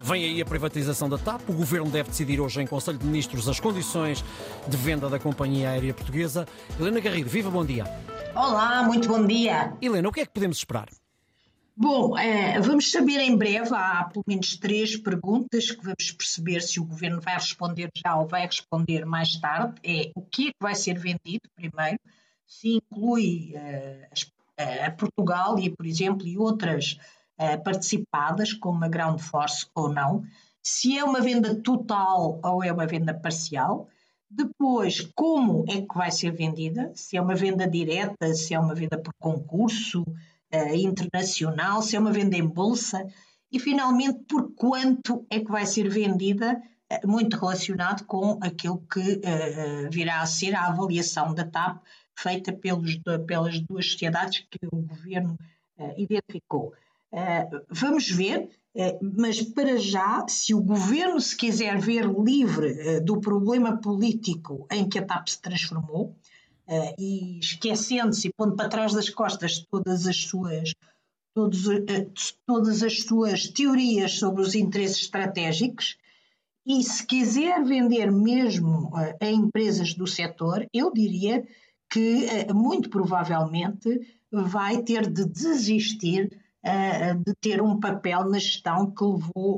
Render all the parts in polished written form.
Vem aí a privatização da TAP. O Governo deve decidir hoje em Conselho de Ministros as condições de venda da companhia aérea portuguesa. Helena Garrido, viva, bom dia. Olá, muito bom dia. Helena, o que é que podemos esperar? Bom, vamos saber em breve, há pelo menos 3 perguntas que vamos perceber se o Governo vai responder já ou vai responder mais tarde. O que é que vai ser vendido primeiro, se inclui a Portugal e, por exemplo, e outras participadas, como a Ground Force ou não, se é uma venda total ou é uma venda parcial. Depois, como é que vai ser vendida, se é uma venda direta, se é uma venda por concurso internacional, se é uma venda em bolsa e, finalmente, por quanto é que vai ser vendida, muito relacionado com aquilo que virá a ser a avaliação da TAP feita pelas 2 sociedades que o Governo identificou. Vamos ver, mas para já, se o Governo se quiser ver livre do problema político em que a TAP se transformou, e esquecendo-se e pondo para trás das costas todas as suas teorias sobre os interesses estratégicos, e se quiser vender mesmo a empresas do setor, eu diria que muito provavelmente vai ter de desistir de ter um papel na gestão que levou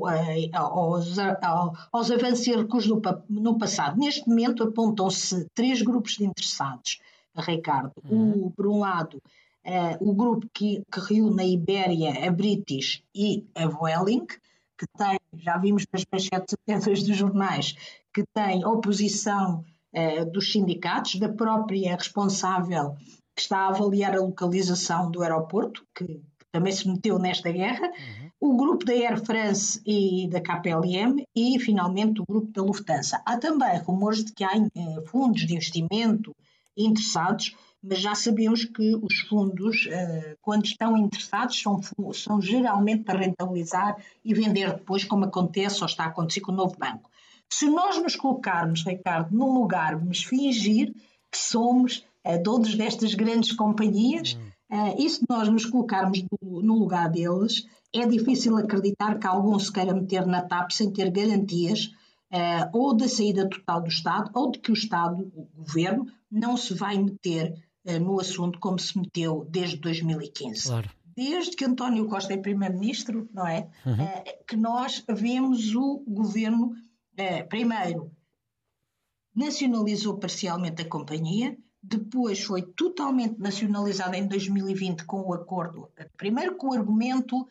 aos avanços no passado. Neste momento apontam-se 3 grupos de interessados, Ricardo. Por um lado, o grupo que reúne a Ibéria, a British e a Vueling, que tem, já vimos nas manchetes atentas dos jornais, que tem oposição dos sindicatos, da própria responsável que está a avaliar a localização do aeroporto, que também se meteu nesta guerra, o grupo da Air France e da KPLM e, finalmente, o grupo da Lufthansa. Há também rumores de que há fundos de investimento interessados, mas já sabemos que os fundos, quando estão interessados, são geralmente para rentabilizar e vender depois, como acontece ou está a acontecer com o novo banco. Se nós nos colocarmos, Ricardo, no lugar, vamos fingir que somos donos destas grandes companhias, e se nós nos colocarmos no lugar deles, é difícil acreditar que algum se queira meter na TAP sem ter garantias ou da saída total do Estado ou de que o Estado, o Governo, não se vai meter no assunto como se meteu desde 2015. Claro. Desde que António Costa é Primeiro-Ministro, não é? Que nós vemos o Governo, primeiro, nacionalizou parcialmente a companhia, depois foi totalmente nacionalizada em 2020 com o acordo, primeiro com o argumento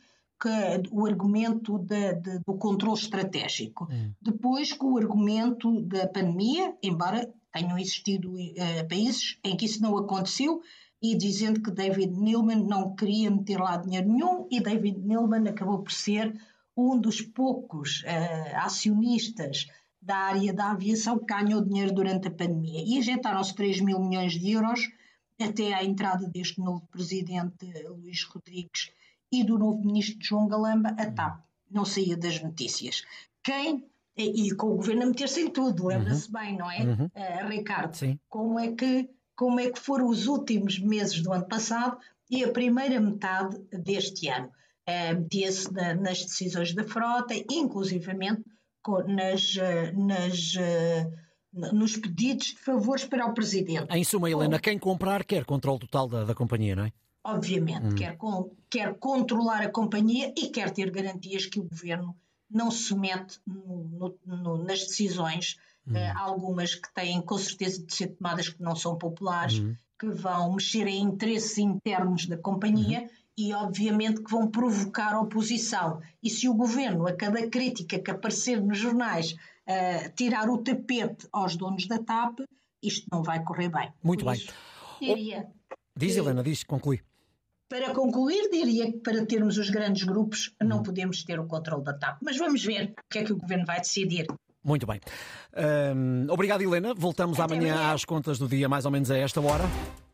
do controle estratégico, depois com o argumento da pandemia, embora tenham existido países em que isso não aconteceu, e dizendo que David Neeleman não queria meter lá dinheiro nenhum, e David Neeleman acabou por ser um dos poucos acionistas da área da aviação que ganhou dinheiro durante a pandemia. E injetaram-se 3 mil milhões de euros até à entrada deste novo presidente Luís Rodrigues e do novo ministro João Galamba. A TAP não saía das notícias. E com o governo a meter-se em tudo, lembra-se bem, não é, Ricardo? Sim. Como é que foram os últimos meses do ano passado e a primeira metade deste ano? Metia-se nas decisões da frota, inclusivamente nos pedidos de favores para o Presidente. Em suma, Helena, quem comprar quer controle total da companhia, não é? Obviamente, quer controlar a companhia e quer ter garantias que o Governo não se mete nas decisões, algumas que têm com certeza de ser tomadas que não são populares, que vão mexer em interesses internos da companhia e obviamente que vão provocar oposição. E se o Governo, a cada crítica que aparecer nos jornais, tirar o tapete aos donos da TAP, isto não vai correr bem. Muito bem. Diz, Helena, conclui. Para concluir, diria que para termos os grandes grupos não podemos ter o controle da TAP. Mas vamos ver o que é que o Governo vai decidir. Muito bem. Obrigado, Helena. Voltamos amanhã às contas do dia, mais ou menos a esta hora.